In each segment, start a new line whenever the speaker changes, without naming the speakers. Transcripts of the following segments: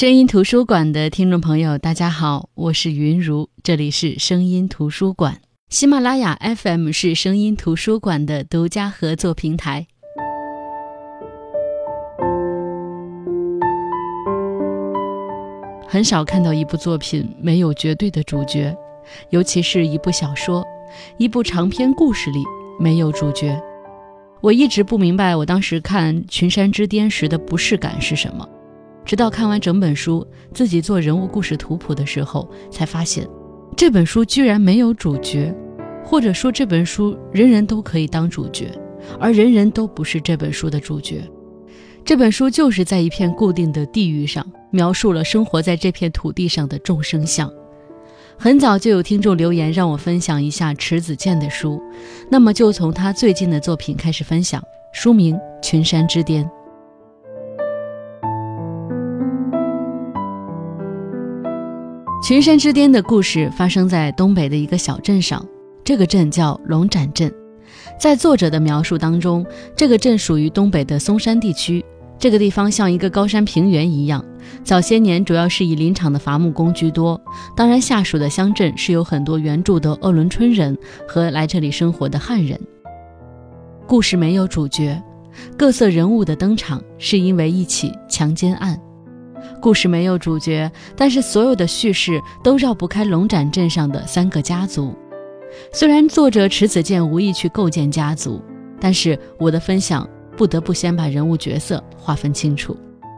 声音图书馆的听众朋友大家好，我是云如，这里是声音图书馆。喜马拉雅 FM 是声音图书馆的独家合作平台。很少看到一部作品没有绝对的主角，尤其是一部小说、一部长篇故事里没有主角。我一直不明白我当时看《群山之巅》时的不适感是什么，直到看完整本书，自己做人物故事图谱的时候，才发现这本书居然没有主角，或者说这本书人人都可以当主角，而人人都不是这本书的主角。这本书就是在一片固定的地域上，描述了生活在这片土地上的众生相。很早就有听众留言让我分享一下迟子建的书，那么就从他最近的作品开始分享，书名《群山之巅》。群山之巅的故事发生在东北的一个小镇上，这个镇叫龙展镇。在作者的描述当中，这个镇属于东北的松山地区，这个地方像一个高山平原一样，早些年主要是以林场的伐木工居多，当然下属的乡镇是有很多原住的鄂伦春人和来这里生活的汉人。故事没有主角，各色人物的登场是因为一起强奸案。故事没有主角，但是所有的叙事都绕不开龙展镇上的3个家族。虽然作者迟子建无意去构建家族，但是我的分享不得不先把人物角色划分清楚。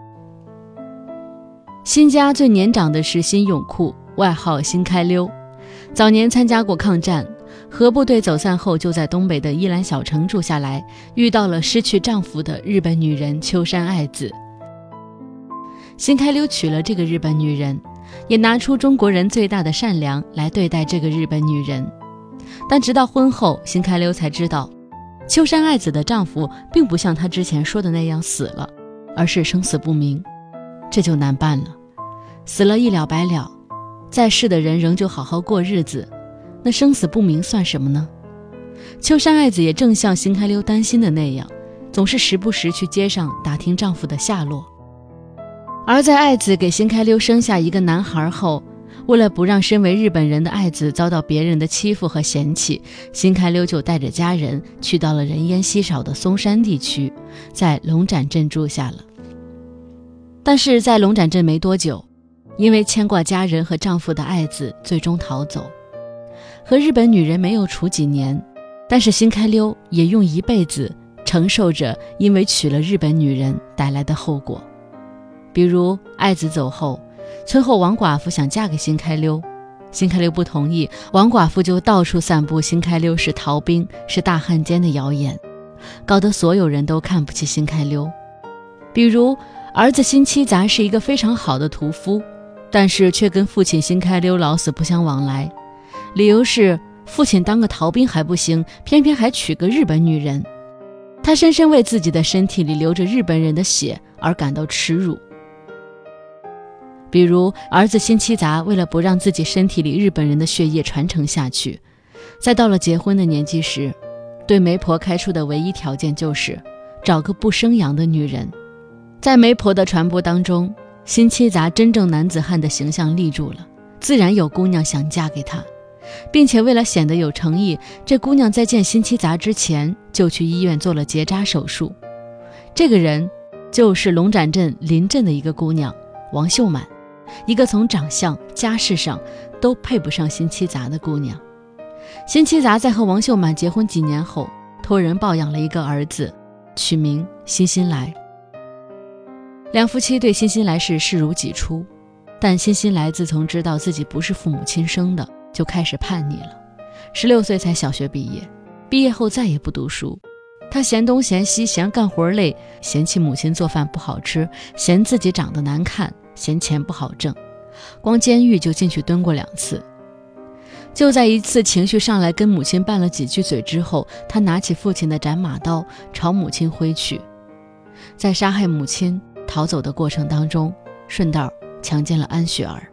辛家最年长的是辛永库，外号辛开溜，早年参加过抗战，和部队走散后就在东北的依兰小城住下来，遇到了失去丈夫的日本女人秋山爱子。辛开溜娶了这个日本女人，也拿出中国人最大的善良来对待这个日本女人。但直到婚后，辛开溜才知道，秋山爱子的丈夫并不像她之前说的那样死了，而是生死不明。这就难办了，死了一了百了，在世的人仍旧好好过日子，那生死不明算什么呢？秋山爱子也正像辛开溜担心的那样，总是时不时去街上打听丈夫的下落。而在爱子给辛开溜生下一个男孩后，为了不让身为日本人的爱子遭到别人的欺负和嫌弃，辛开溜就带着家人去到了人烟稀少的松山地区，在龙展镇住下了。但是在龙展镇没多久，因为牵挂家人和丈夫的爱子最终逃走，和日本女人没有处几年，但是辛开溜也用一辈子承受着因为娶了日本女人带来的后果。比如爱子走后，村后王寡妇想嫁给辛开溜，辛开溜不同意，王寡妇就到处散布辛开溜是逃兵，是大汉奸的谣言，搞得所有人都看不起辛开溜。比如儿子辛七杂是一个非常好的屠夫，但是却跟父亲辛开溜老死不相往来，理由是父亲当个逃兵还不行，偏偏还娶个日本女人。他深深为自己的身体里流着日本人的血而感到耻辱。比如儿子辛七杂为了不让自己身体里日本人的血液传承下去，在到了结婚的年纪时，对媒婆开出的唯一条件就是找个不生养的女人。在媒婆的传播当中，辛七杂真正男子汉的形象立住了，自然有姑娘想嫁给他，并且为了显得有诚意，这姑娘在见辛七杂之前就去医院做了结扎手术。这个人就是龙展镇邻镇的一个姑娘王秀满，一个从长相家世上都配不上辛七杂的姑娘。辛七杂在和王秀满结婚几年后，托人抱养了一个儿子，取名辛辛来。两夫妻对辛辛来是视如己出，但辛辛来自从知道自己不是父母亲生的，就开始叛逆了。16岁才小学毕业，毕业后再也不读书。他嫌东嫌西，嫌干活累，嫌弃母亲做饭不好吃，嫌自己长得难看，嫌钱不好挣，光监狱就进去蹲过2次。就在一次情绪上来跟母亲拌了几句嘴之后，他拿起父亲的斩马刀朝母亲挥去，在杀害母亲逃走的过程当中，顺道强奸了安雪儿。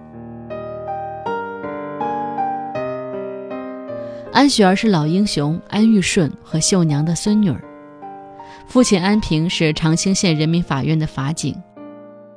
安雪儿是老英雄安玉顺和秀娘的孙女儿，父亲安平是长兴县人民法院的法警。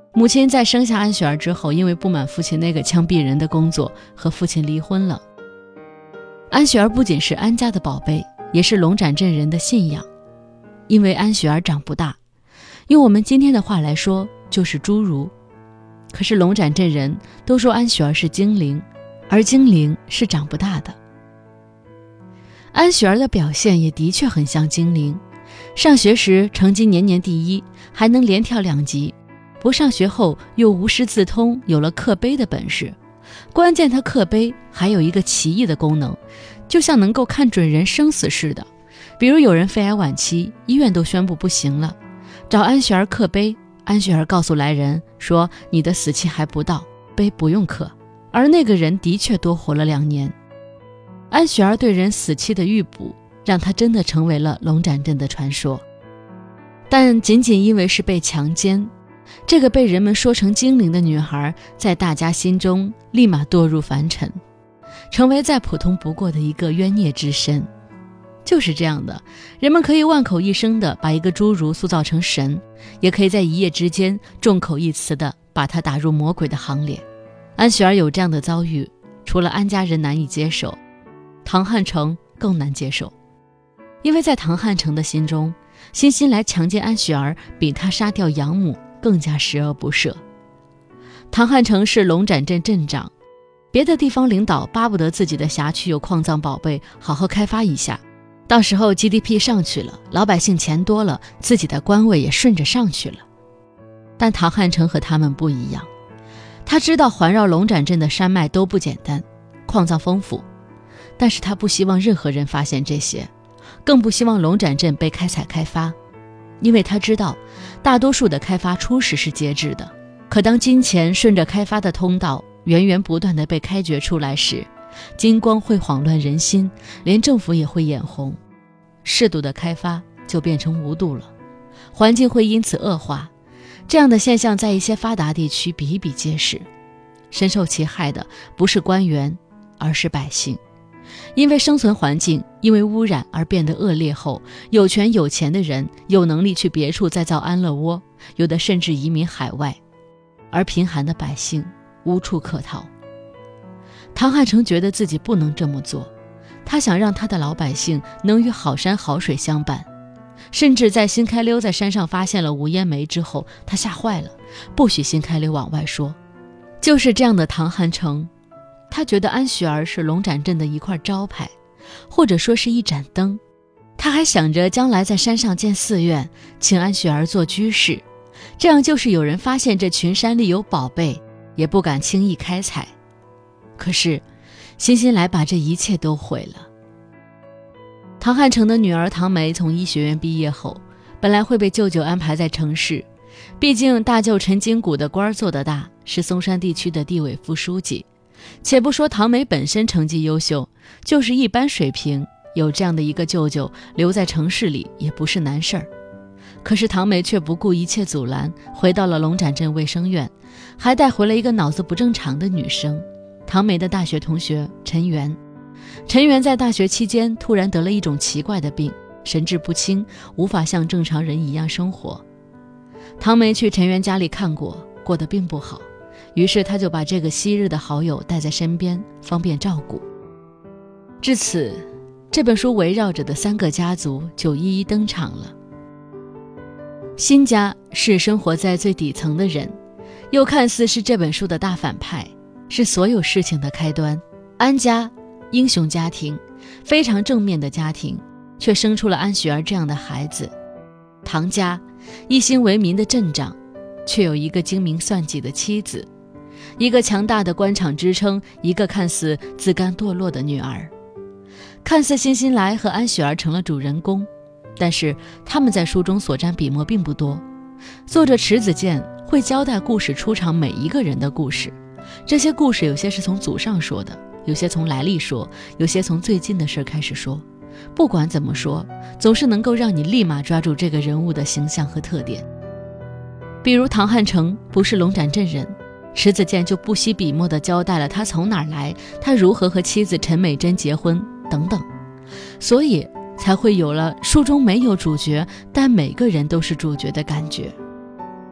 母亲在生下安雪儿之后，因为不满父亲那个枪毙人的工作，和父亲离婚了。安雪儿不仅是安家的宝贝，也是龙展镇人的信仰。因为安雪儿长不大，用我们今天的话来说，就是侏儒。可是龙展镇人都说安雪儿是精灵，而精灵是长不大的。安雪儿的表现也的确很像精灵，上学时成绩年年第一，还能连跳2级，不上学后又无师自通，有了刻碑的本事。关键他刻碑还有一个奇异的功能，就像能够看准人生死似的。比如有人肺癌晚期，医院都宣布不行了，找安雪儿刻碑，安雪儿告诉来人说，你的死期还不到，碑不用刻。而那个人的确多活了2年。安雪儿对人死期的预卜，让他真的成为了龙展镇的传说。但仅仅因为是被强奸，这个被人们说成精灵的女孩，在大家心中立马堕入凡尘，成为再普通不过的一个冤孽之身。就是这样的，人们可以万口一声的把一个侏儒塑造成神，也可以在一夜之间众口一词的把他打入魔鬼的行列。安雪儿有这样的遭遇，除了安家人难以接受，唐汉成更难接受。因为在唐汉成的心中，辛辛来强奸安雪儿比他杀掉养母更加十恶不赦。唐汉成是龙展镇镇长，别的地方领导巴不得自己的辖区有矿藏宝贝，好好开发一下，到时候 GDP 上去了，老百姓钱多了，自己的官位也顺着上去了。但唐汉成和他们不一样，他知道环绕龙展镇的山脉都不简单，矿藏丰富，但是他不希望任何人发现这些，更不希望龙展镇被开采开发，因为他知道大多数的开发初始是节制的，可当金钱顺着开发的通道源源不断地被开掘出来时，金光会晃乱人心，连政府也会眼红，适度的开发就变成无度了，环境会因此恶化。这样的现象在一些发达地区比比皆是，深受其害的不是官员，而是百姓。因为生存环境因为污染而变得恶劣后，有权有钱的人有能力去别处再造安乐窝，有的甚至移民海外，而贫寒的百姓无处可逃。唐汉成觉得自己不能这么做，他想让他的老百姓能与好山好水相伴。甚至在辛开溜在山上发现了无烟煤之后，他吓坏了，不许辛开溜往外说。就是这样的唐汉成，他觉得安雪儿是龙展镇的一块招牌，或者说是一盏灯。他还想着将来在山上建寺院，请安雪儿做居士，这样就是有人发现这群山里有宝贝，也不敢轻易开采。可是辛辛来把这一切都毁了。唐汉成的女儿唐梅从医学院毕业后，本来会被舅舅安排在城市，毕竟大舅陈金谷的官做得大，是松山地区的地委副书记。且不说唐梅本身成绩优秀，就是一般水平，有这样的一个舅舅留在城市里也不是难事儿。可是唐梅却不顾一切阻拦，回到了龙展镇卫生院，还带回了一个脑子不正常的女生，唐梅的大学同学陈元。陈元在大学期间突然得了一种奇怪的病，神志不清，无法像正常人一样生活。唐梅去陈元家里看过，过得并不好，于是他就把这个昔日的好友带在身边，方便照顾。至此，这本书围绕着的3个家族就一一登场了。辛家是生活在最底层的人，又看似是这本书的大反派，是所有事情的开端。安家英雄家庭，非常正面的家庭，却生出了安雪儿这样的孩子。唐家一心为民的镇长，却有一个精明算计的妻子，一个强大的官场支撑，一个看似自甘堕落的女儿。看似辛辛来和安雪儿成了主人公，但是他们在书中所占笔墨并不多。作者迟子建会交代故事出场每一个人的故事，这些故事有些是从祖上说的，有些从来历说，有些从最近的事开始说。不管怎么说，总是能够让你立马抓住这个人物的形象和特点。比如唐汉成不是龙展镇人，迟子建就不惜笔墨地交代了他从哪儿来，他如何和妻子陈美珍结婚等等，所以才会有了书中没有主角，但每个人都是主角的感觉。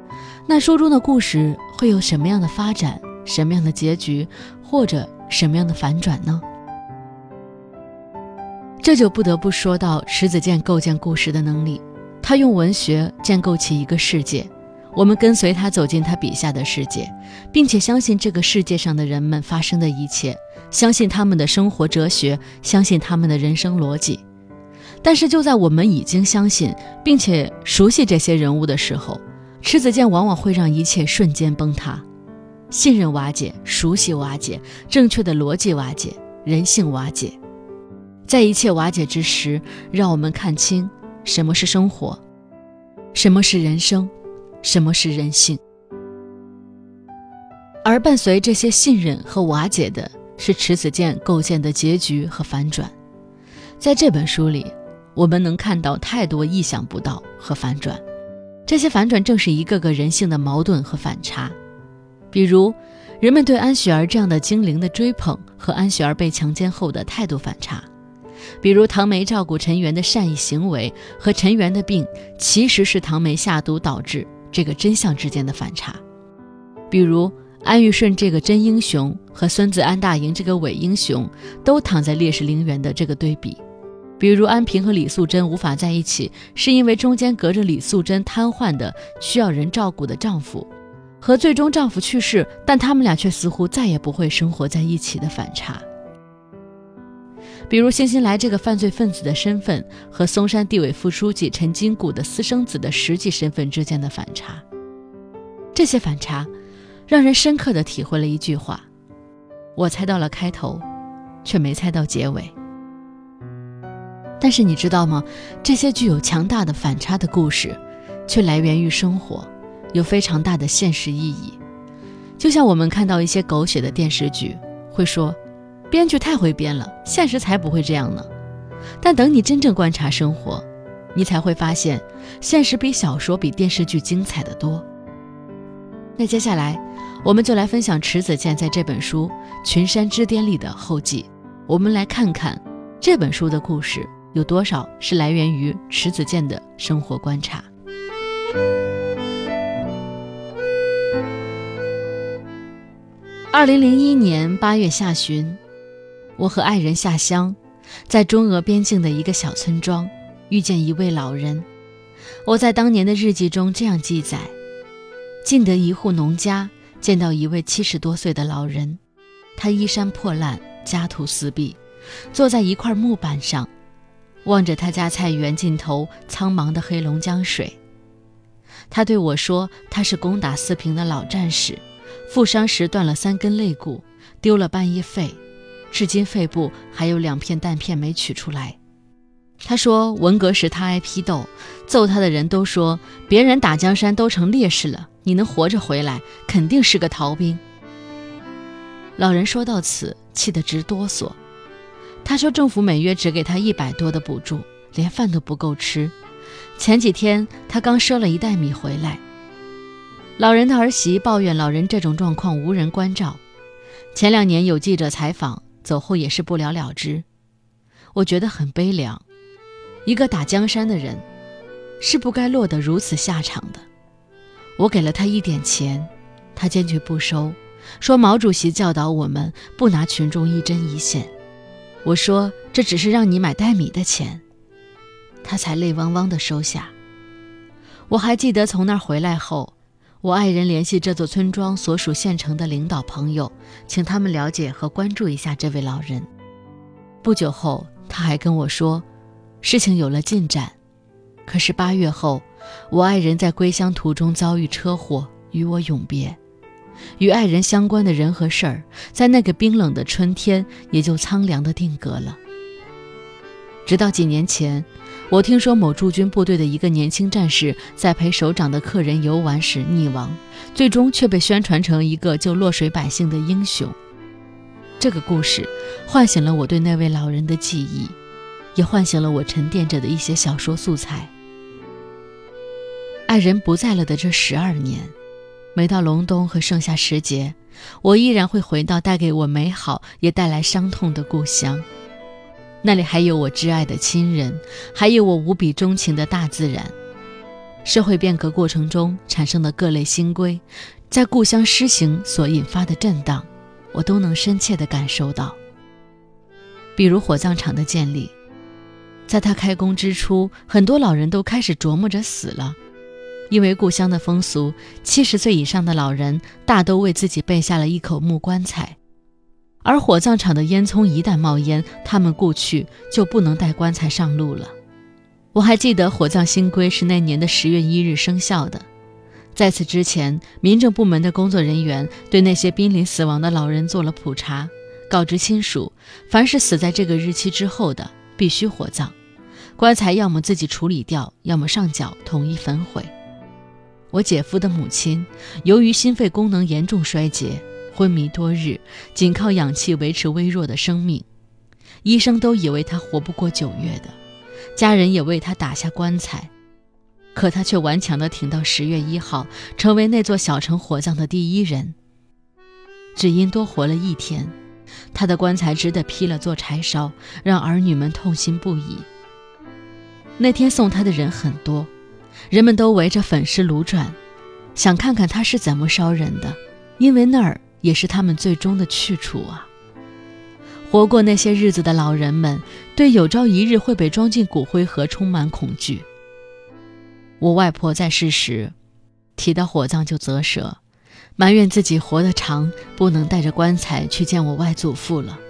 那书中的故事会有什么样的发展，什么样的结局，或者什么样的反转呢？这就不得不说到迟子建构建故事的能力。他用文学建构起一个世界，我们跟随他走进他笔下的世界，并且相信这个世界上的人们发生的一切，相信他们的生活哲学，相信他们的人生逻辑。但是就在我们已经相信并且熟悉这些人物的时候，迟子建往往会让一切瞬间崩塌，信任瓦解，熟悉瓦解，正确的逻辑瓦解，人性瓦解。在一切瓦解之时，让我们看清什么是生活，什么是人生，什么是人性。而伴随这些信任和瓦解的是迟子建构建的结局和反转。在这本书里，我们能看到太多意想不到和反转，这些反转正是一个个人性的矛盾和反差。比如人们对安雪儿这样的精灵的追捧和安雪儿被强奸后的态度反差，比如唐梅照顾陈元的善意行为和陈元的病其实是唐梅下毒导致这个真相之间的反差，比如安玉顺这个真英雄和孙子安大营这个伪英雄都躺在烈士陵园的这个对比，比如安平和李素贞无法在一起是因为中间隔着李素贞瘫痪的需要人照顾的丈夫，和最终丈夫去世但他们俩却似乎再也不会生活在一起的反差。比如辛辛来这个犯罪分子的身份和嵩山地委副书记陈金谷的私生子的实际身份之间的反差。这些反差让人深刻地体会了一句话：我猜到了开头，却没猜到结尾。但是你知道吗？这些具有强大的反差的故事却来源于生活，有非常大的现实意义。就像我们看到一些狗血的电视剧，会说编剧太会编了，现实才不会这样呢。但等你真正观察生活，你才会发现现实比小说比电视剧精彩得多。那接下来我们就来分享迟子建在这本书《群山之巅》里的后记，我们来看看这本书的故事有多少是来源于迟子建的生活观察。2001年8月下旬，我和爱人下乡，在中俄边境的一个小村庄遇见一位老人。我在当年的日记中这样记载：进得一户农家，见到一位70多岁的老人，他衣衫破烂，家徒四壁，坐在一块木板上，望着他家菜园尽头苍茫的黑龙江水。他对我说，他是攻打四平的老战士，负伤时断了3根肋骨，丢了半叶肺，至今肺部还有2片弹片没取出来。他说文革时他挨批斗，揍他的人都说别人打江山都成烈士了，你能活着回来肯定是个逃兵。老人说到此气得直哆嗦。他说政府每月只给他100多的补助，连饭都不够吃。前几天他刚赊了1袋米回来。老人的儿媳抱怨老人这种状况无人关照，前2年有记者采访，走后也是不了了之。我觉得很悲凉，一个打江山的人是不该落得如此下场的。我给了他1点钱，他坚决不收，说毛主席教导我们不拿群众一针一线。我说这只是让你买袋米的钱，他才泪汪汪地收下。我还记得从那儿回来后，我爱人联系这座村庄所属县城的领导朋友，请他们了解和关注一下这位老人。不久后他还跟我说事情有了进展，可是8月后我爱人在归乡途中遭遇车祸，与我永别。与爱人相关的人和事儿，在那个冰冷的春天也就苍凉地定格了。直到几年前，我听说某驻军部队的一个年轻战士在陪首长的客人游玩时溺亡，最终却被宣传成一个救落水百姓的英雄。这个故事唤醒了我对那位老人的记忆，也唤醒了我沉淀着的一些小说素材。爱人不在了的这12年，每到隆冬和盛夏时节，我依然会回到带给我美好也带来伤痛的故乡。那里还有我挚爱的亲人，还有我无比钟情的大自然。 社会变革过程中产生的各类新规，在故乡施行所引发的震荡，我都能深切地感受到。比如火葬场的建立，在它开工之初，很多老人都开始琢磨着死了。因为故乡的风俗，70岁以上的老人大都为自己备下了一口木棺材，而火葬场的烟囱一旦冒烟，他们故去就不能带棺材上路了。我还记得火葬新规是那年的10月1日生效的，在此之前，民政部门的工作人员对那些濒临死亡的老人做了普查，告知亲属，凡是死在这个日期之后的，必须火葬，棺材要么自己处理掉，要么上缴统一焚毁。我姐夫的母亲由于心肺功能严重衰竭，昏迷多日，仅靠氧气维持微弱的生命，医生都以为他活不过9月的，家人也为他打下棺材，可他却顽强地挺到10月1号，成为那座小城火葬的第一人。只因多活了1天，他的棺材只得劈了做柴烧，让儿女们痛心不已。那天送他的人很多，人们都围着粉尸炉转，想看看他是怎么烧人的，因为那儿也是他们最终的去处啊。活过那些日子的老人们，对有朝一日会被装进骨灰盒充满恐惧。我外婆在世时，提到火葬就啧舌，埋怨自己活得长，不能带着棺材去见我外祖父了。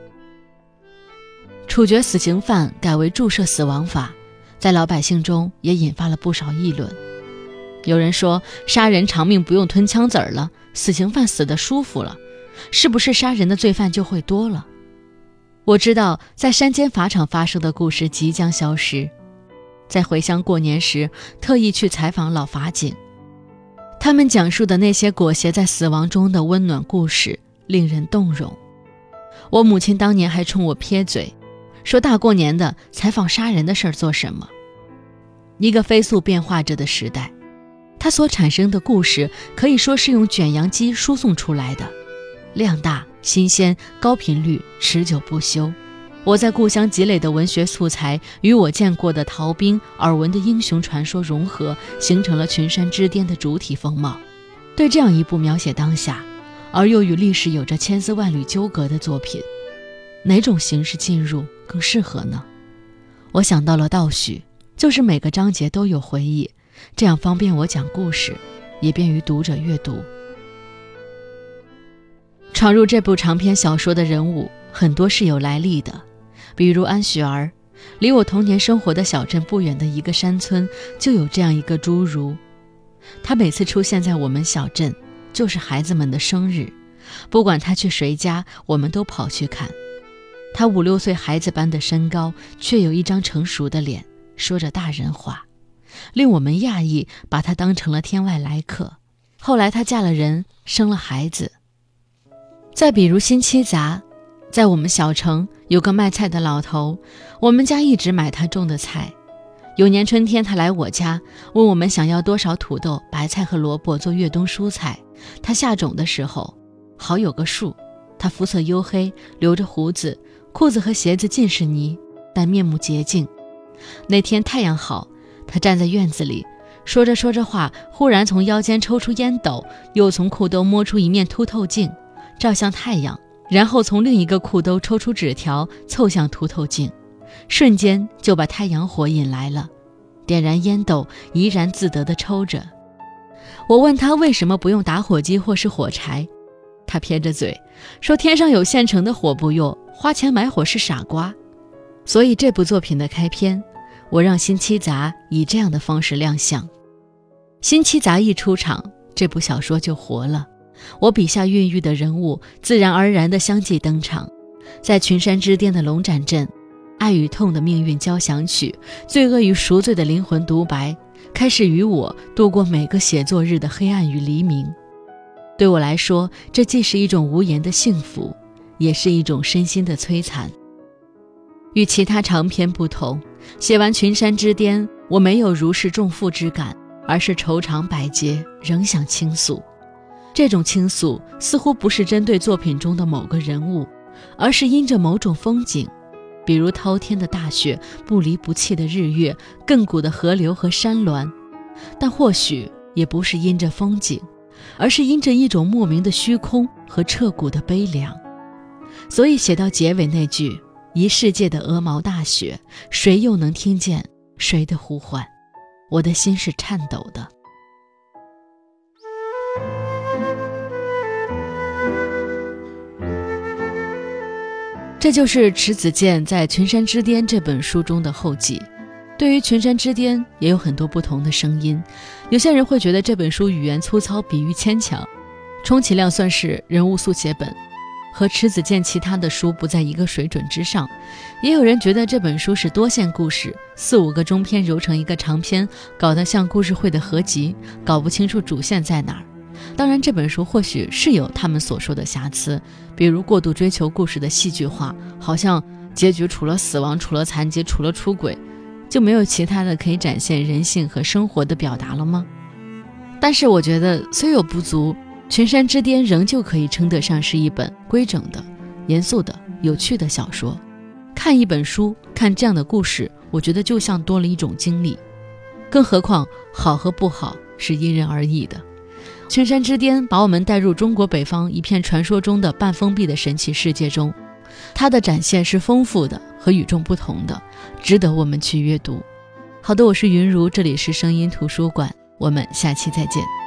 处决死刑犯改为注射死亡法，在老百姓中也引发了不少议论。有人说，杀人偿命不用吞枪子儿了，死刑犯死得舒服了，是不是杀人的罪犯就会多了？我知道在山间法场发生的故事即将消失，在回乡过年时特意去采访老法警，他们讲述的那些裹挟在死亡中的温暖故事令人动容。我母亲当年还冲我撇嘴，说大过年的采访杀人的事儿做什么？一个飞速变化着的时代，它所产生的故事可以说是用卷扬机输送出来的，量大、新鲜、高频率、持久不休。我在故乡积累的文学素材与我见过的逃兵、耳闻的英雄传说融合，形成了群山之巅的主体风貌。对这样一部描写当下，而又与历史有着千丝万缕纠葛的作品，哪种形式进入更适合呢？我想到了倒叙，就是每个章节都有回忆，这样方便我讲故事，也便于读者阅读。闯入这部长篇小说的人物很多是有来历的，比如安雪儿，离我童年生活的小镇不远的一个山村就有这样一个侏儒，他每次出现在我们小镇就是孩子们的生日，不管他去谁家，我们都跑去看。他5、6岁孩子般的身高，却有一张成熟的脸，说着大人话，令我们讶异，把他当成了天外来客。后来他嫁了人，生了孩子。再比如辛七杂，在我们小城有个卖菜的老头，我们家一直买他种的菜。有年春天他来我家，问我们想要多少土豆、白菜和萝卜做越冬蔬菜。他下种的时候好有个数。他肤色黝黑，留着胡子，裤子和鞋子尽是泥，但面目洁净。那天太阳好，他站在院子里，说着说着话，忽然从腰间抽出烟斗，又从裤兜摸出一面凸透镜，照向太阳，然后从另一个裤兜抽出纸条，凑向凸透镜，瞬间就把太阳火引来了，点燃烟斗，怡然自得地抽着。我问他为什么不用打火机或是火柴，他撇着嘴说天上有现成的火不用，花钱买火是傻瓜。所以这部作品的开篇，我让辛七杂以这样的方式亮相。辛七杂一出场，这部小说就活了，我笔下孕育的人物自然而然地相继登场。在群山之巅的龙展镇，爱与痛的命运交响曲，罪恶与赎罪的灵魂独白，开始与我度过每个写作日的黑暗与黎明。对我来说，这既是一种无言的幸福，也是一种身心的摧残。与其他长篇不同，写完群山之巅，我没有如释重负之感，而是愁肠百结，仍想倾诉。这种倾诉似乎不是针对作品中的某个人物，而是因着某种风景，比如滔天的大雪、不离不弃的日月、亘古的河流和山峦， 但或许也不是因着风景，而是因着一种莫名的虚空和彻骨的悲凉。所以写到结尾那句一世界的鹅毛大雪，谁又能听见谁的呼唤，我的心是颤抖的。这就是迟子建在《群山之巅》这本书中的后记。对于《群山之巅》也有很多不同的声音，有些人会觉得这本书语言粗糙，比喻牵强，充其量算是人物速写本，和迟子建其他的书不在一个水准之上。也有人觉得这本书是多线故事，4-5个中篇揉成一个长篇，搞得像故事会的合集，搞不清楚主线在哪儿。当然这本书或许是有他们所说的瑕疵，比如过度追求故事的戏剧化，好像结局除了死亡，除了残疾，除了出轨，就没有其他的可以展现人性和生活的表达了吗？但是我觉得虽有不足，《群山之巅》仍旧可以称得上是一本规整的、严肃的、有趣的小说。看一本书，看这样的故事，我觉得就像多了一种经历。更何况好和不好是因人而异的。群山之巅把我们带入中国北方一片传说中的半封闭的神奇世界中，它的展现是丰富的和与众不同的，值得我们去阅读。好的，我是云如，这里是声音图书馆，我们下期再见。